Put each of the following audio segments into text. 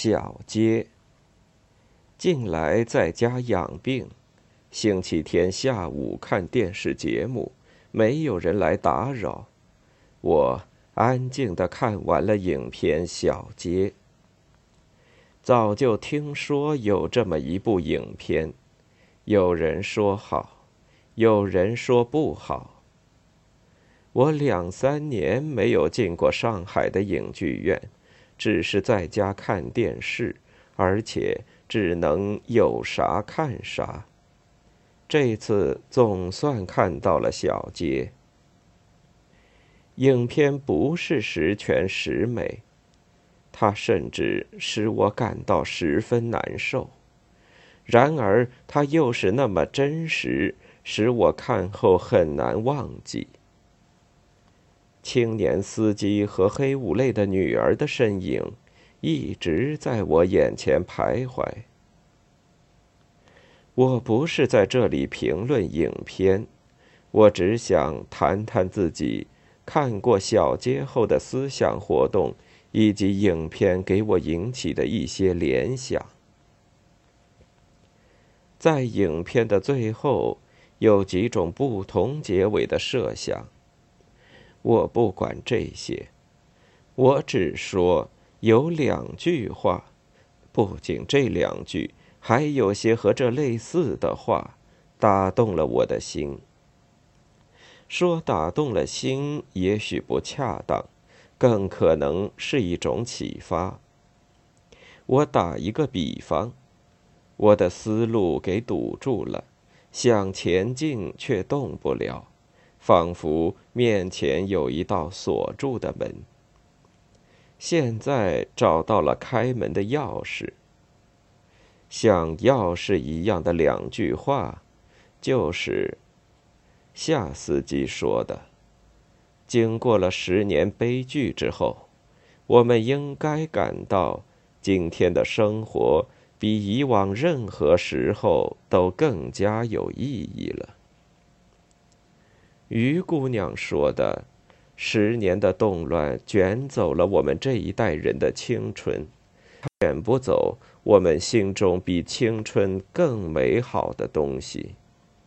小街。近来在家养病，星期天下午看电视节目，没有人来打扰，我安静地看完了影片《小街》。早就听说有这么一部影片，有人说好，有人说不好。我2、3年没有进过上海的影剧院，只是在家看电视，而且只能有啥看啥。这次总算看到了小街。影片不是十全十美，它甚至使我感到十分难受。然而它又是那么真实，使我看后很难忘记。青年司机和黑五类的女儿的身影一直在我眼前徘徊。我不是在这里评论影片，我只想谈谈自己看过小街后的思想活动，以及影片给我引起的一些联想。在影片的最后，有几种不同结尾的设想。我不管这些，我只说有2句话，不仅这2句，还有些和这类似的话，打动了我的心。说打动了心也许不恰当，更可能是一种启发。我打一个比方，我的思路给堵住了，想前进却动不了，仿佛面前有一道锁住的门。现在找到了开门的钥匙。像钥匙一样的2句话，就是夏司机说的：经过了10年悲剧之后，我们应该感到今天的生活比以往任何时候都更加有意义了。于姑娘说的：10年的动乱卷走了我们这一代人的青春，卷不走我们心中比青春更美好的东西。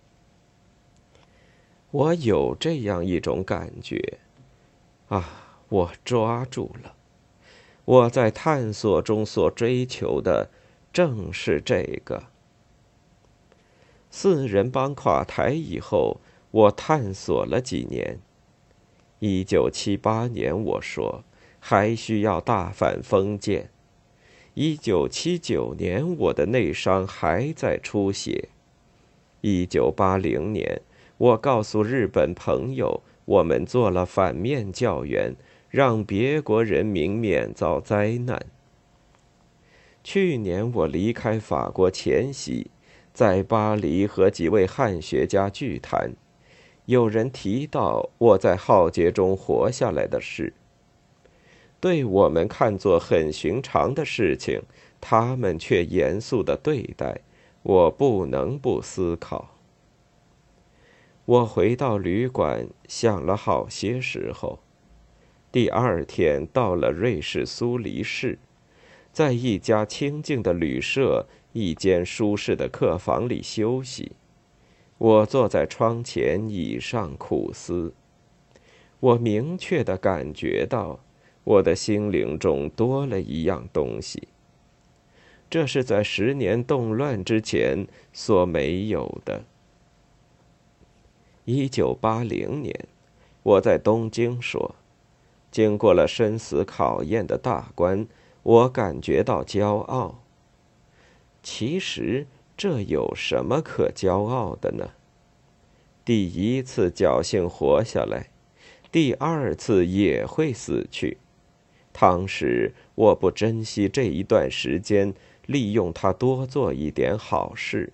我有这样一种感觉，我抓住了。我在探索中所追求的正是这个。4人帮垮台以后，我探索了几年。1978年我说还需要大反封建。1979年我的内伤还在出血。1980年我告诉日本朋友，我们做了反面教员，让别国人民免遭灾难。去年我离开法国前夕，在巴黎和几位汉学家聚谈，有人提到我在浩劫中活下来的事。对我们看作很寻常的事情，他们却严肃地对待，我不能不思考。我回到旅馆，想了好些时候。第2天到了瑞士苏黎世，在一家清静的旅社，一间舒适的客房里休息。我坐在窗前椅上苦思。我明确地感觉到，我的心灵中多了一样东西。这是在10年动乱之前所没有的。1980年，我在东京说，经过了生死考验的大关，我感觉到骄傲。其实这有什么可骄傲的呢？第1次侥幸活下来，第2次也会死去。倘使我不珍惜这一段时间，利用它多做一点好事。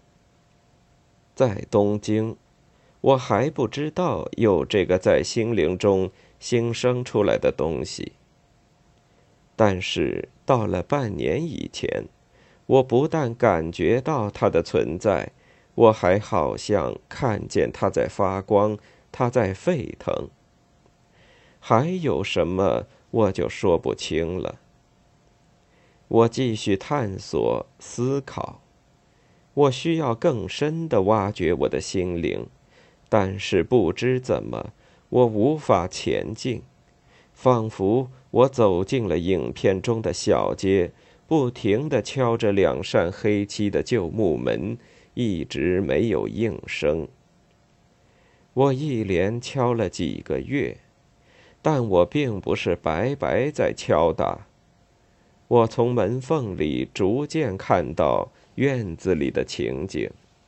在东京，我还不知道有这个在心灵中新生出来的东西。但是到了半年以前，我不但感觉到它的存在，我还好像看见它在发光，它在沸腾。还有什么我就说不清了。 我继续探索、思考。我需要更深地挖掘我的心灵，但是不知怎么，我无法前进，仿佛我走进了影片中的小街，不停地敲着2扇黑漆的旧木门，一直没有应声。我一连敲了几个月，但我并不是白白在敲打。我从门缝里逐渐看到院子里的情景。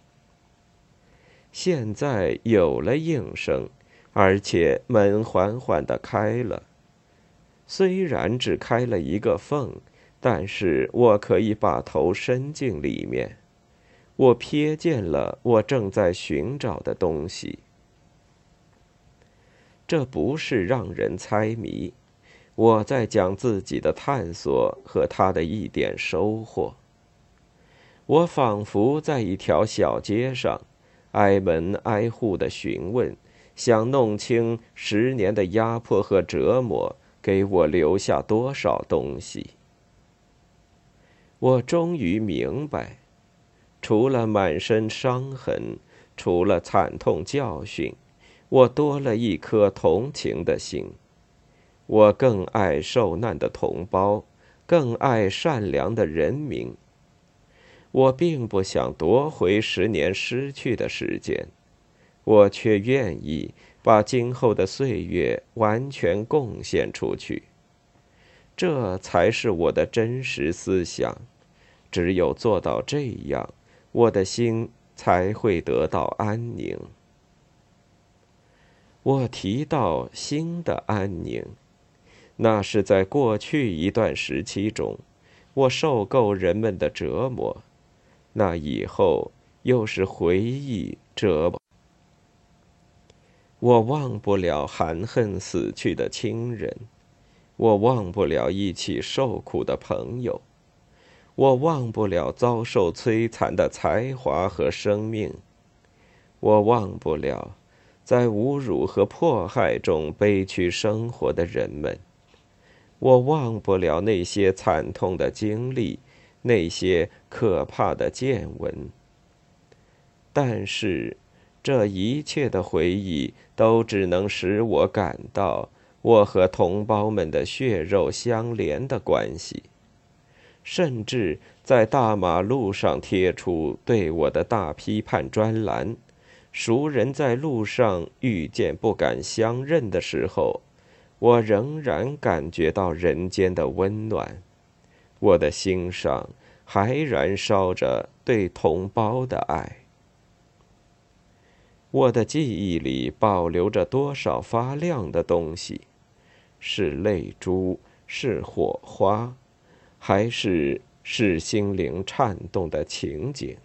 现在有了应声，而且门缓缓地开了。虽然只开了一个缝，但是我可以把头伸进里面。我瞥见了我正在寻找的东西。这不是让人猜谜，我在讲自己的探索和他的一点收获。我仿佛在一条小街上，挨门挨户地询问，想弄清10年的压迫和折磨给我留下多少东西。我终于明白，除了满身伤痕，除了惨痛教训，我多了一颗同情的心。我更爱受难的同胞，更爱善良的人民。我并不想夺回10年失去的时间，我却愿意把今后的岁月完全贡献出去。这才是我的真实思想。只有做到这样，我的心才会得到安宁。我提到心的安宁，那是在过去一段时期中，我受够人们的折磨，那以后又是回忆折磨。我忘不了含恨死去的亲人，我忘不了一起受苦的朋友，我忘不了遭受摧残的才华和生命，我忘不了在侮辱和迫害中悲屈生活的人们，我忘不了那些惨痛的经历，那些可怕的见闻。但是，这一切的回忆都只能使我感到我和同胞们的血肉相连的关系。甚至在大马路上贴出对我的大批判专栏，熟人在路上遇见不敢相认的时候，我仍然感觉到人间的温暖，我的心上还燃烧着对同胞的爱。我的记忆里保留着多少发亮的东西？是泪珠，是火花，还是心灵颤动的情景？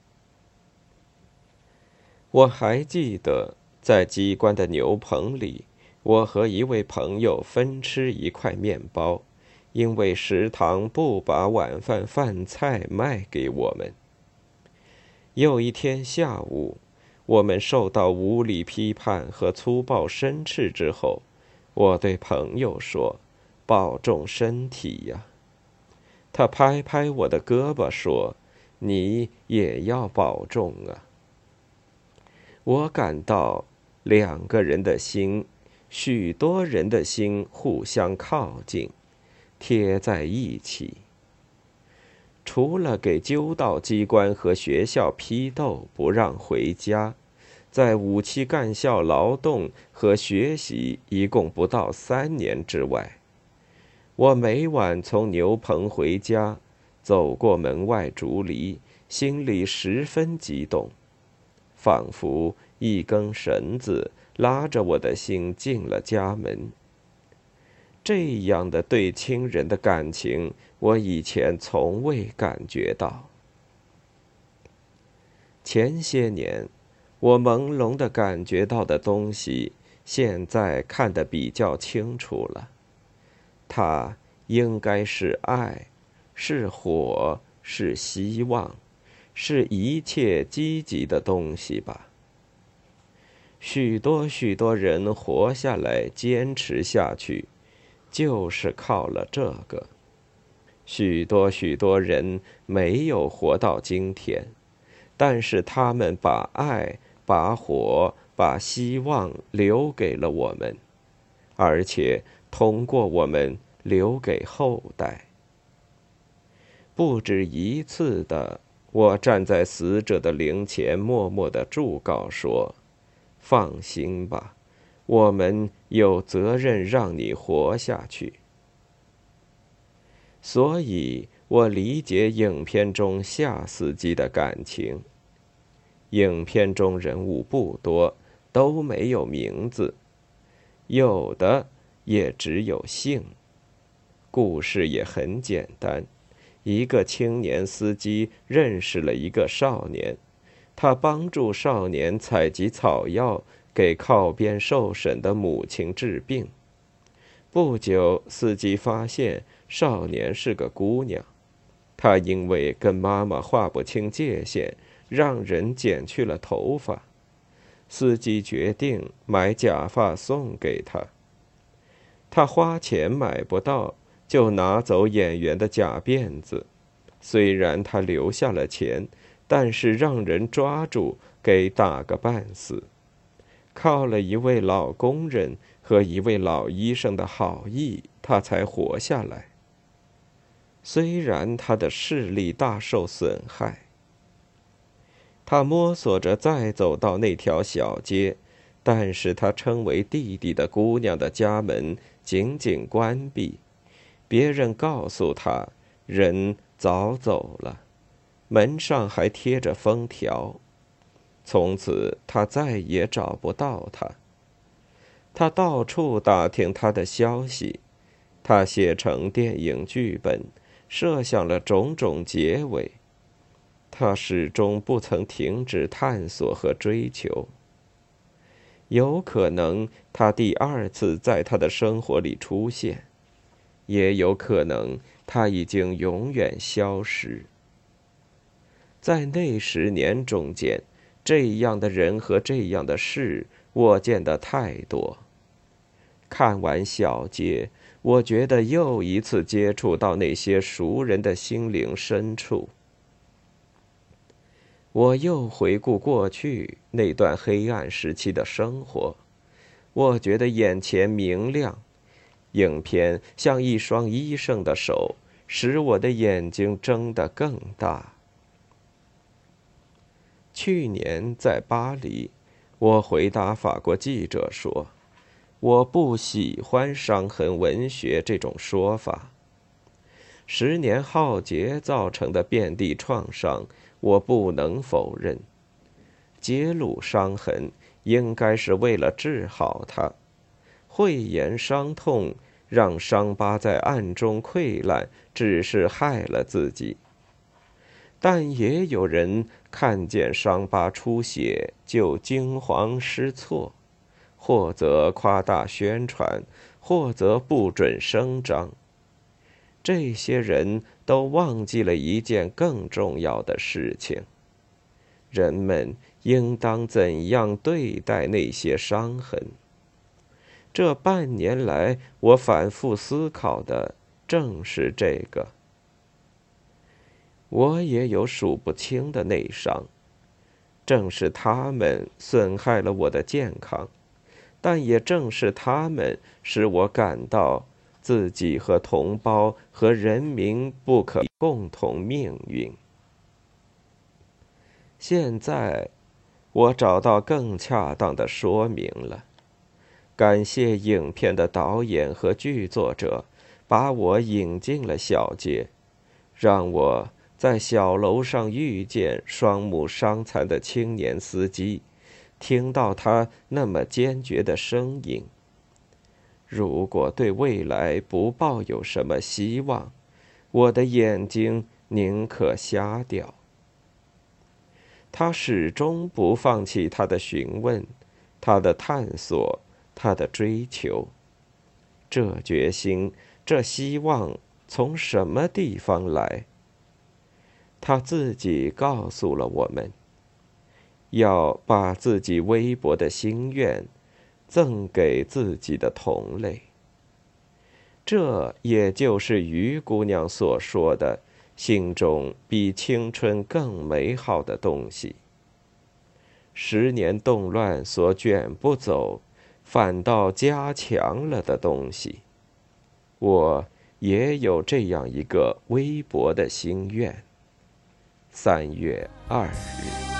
我还记得，在机关的牛棚里，我和一位朋友分吃一块面包，因为食堂不把晚饭饭菜卖给我们。有一天下午，我们受到无理批判和粗暴申斥之后，我对朋友说：“保重身体呀。”他拍拍我的胳膊说：“你也要保重啊。”我感到2个人的心，许多人的心互相靠近，贴在一起。除了给纠道机关和学校批斗不让回家，在武器干校劳动和学习一共不到3年之外，我每晚从牛棚回家，走过门外竹篱，心里十分激动，仿佛一根绳子拉着我的心进了家门。这样的对亲人的感情，我以前从未感觉到。前些年，我朦胧地感觉到的东西，现在看得比较清楚了。它应该是爱，是火，是希望，是一切积极的东西吧。许多人活下来，坚持下去，就是靠了这个。 许多许多人没有活到今天，但是他们把爱、把火、把希望留给了我们，而且通过我们留给后代。不止一次的，我站在死者的灵前，默默地祝告说：放心吧，我们有责任让你活下去。所以我理解影片中夏司机的感情。影片中人物不多，都没有名字，有的也只有姓。故事也很简单，一个青年司机认识了一个少年，他帮助少年采集草药，给靠边受审的母亲治病。不久，司机发现少年是个姑娘，她因为跟妈妈划不清界限，让人剪去了头发。司机决定买假发送给她。他花钱买不到，就拿走演员的假辫子。虽然他留下了钱，但是让人抓住，给打个半死。靠了一位老工人和一位老医生的好意，他才活下来。虽然他的视力大受损害，他摸索着再走到那条小街，但是他称为弟弟的姑娘的家门紧紧关闭。别人告诉他，人早走了，门上还贴着封条。从此他再也找不到他。他到处打听他的消息，他写成电影剧本，设想了种种结尾。他始终不曾停止探索和追求。有可能他第二次在他的生活里出现，也有可能他已经永远消失。在那10年中间，这样的人和这样的事，我见得太多。看完小街，我觉得又一次接触到那些熟人的心灵深处。我又回顾过去那段黑暗时期的生活，我觉得眼前明亮。影片像一双医生的手，使我的眼睛睁得更大。去年在巴黎，我回答法国记者说，我不喜欢伤痕文学这种说法。10年浩劫造成的遍地创伤，我不能否认。揭露伤痕，应该是为了治好它。讳言伤痛，让伤疤在暗中溃烂，只是害了自己。但也有人看见伤疤出血就惊慌失措，或则夸大宣传，或则不准声张。这些人都忘记了一件更重要的事情：人们应当怎样对待那些伤痕。这半年来，我反复思考的正是这个。我也有数不清的内伤，正是他们损害了我的健康，但也正是他们使我感到自己和同胞和人民不可共同命运。现在，我找到更恰当的说明了。感谢影片的导演和剧作者，把我引进了小街，让我在小楼上遇见双目伤残的青年司机，听到他那么坚决的声音。如果对未来不抱有什么希望，我的眼睛宁可瞎掉。他始终不放弃他的询问，他的探索，他的追求。这决心，这希望从什么地方来？他自己告诉了我们，要把自己微薄的心愿赠给自己的同类。 这也就是于姑娘所说的心中比青春更美好的东西。10年动乱所卷不走，反倒加强了的东西。我也有这样一个微薄的心愿。3月2日。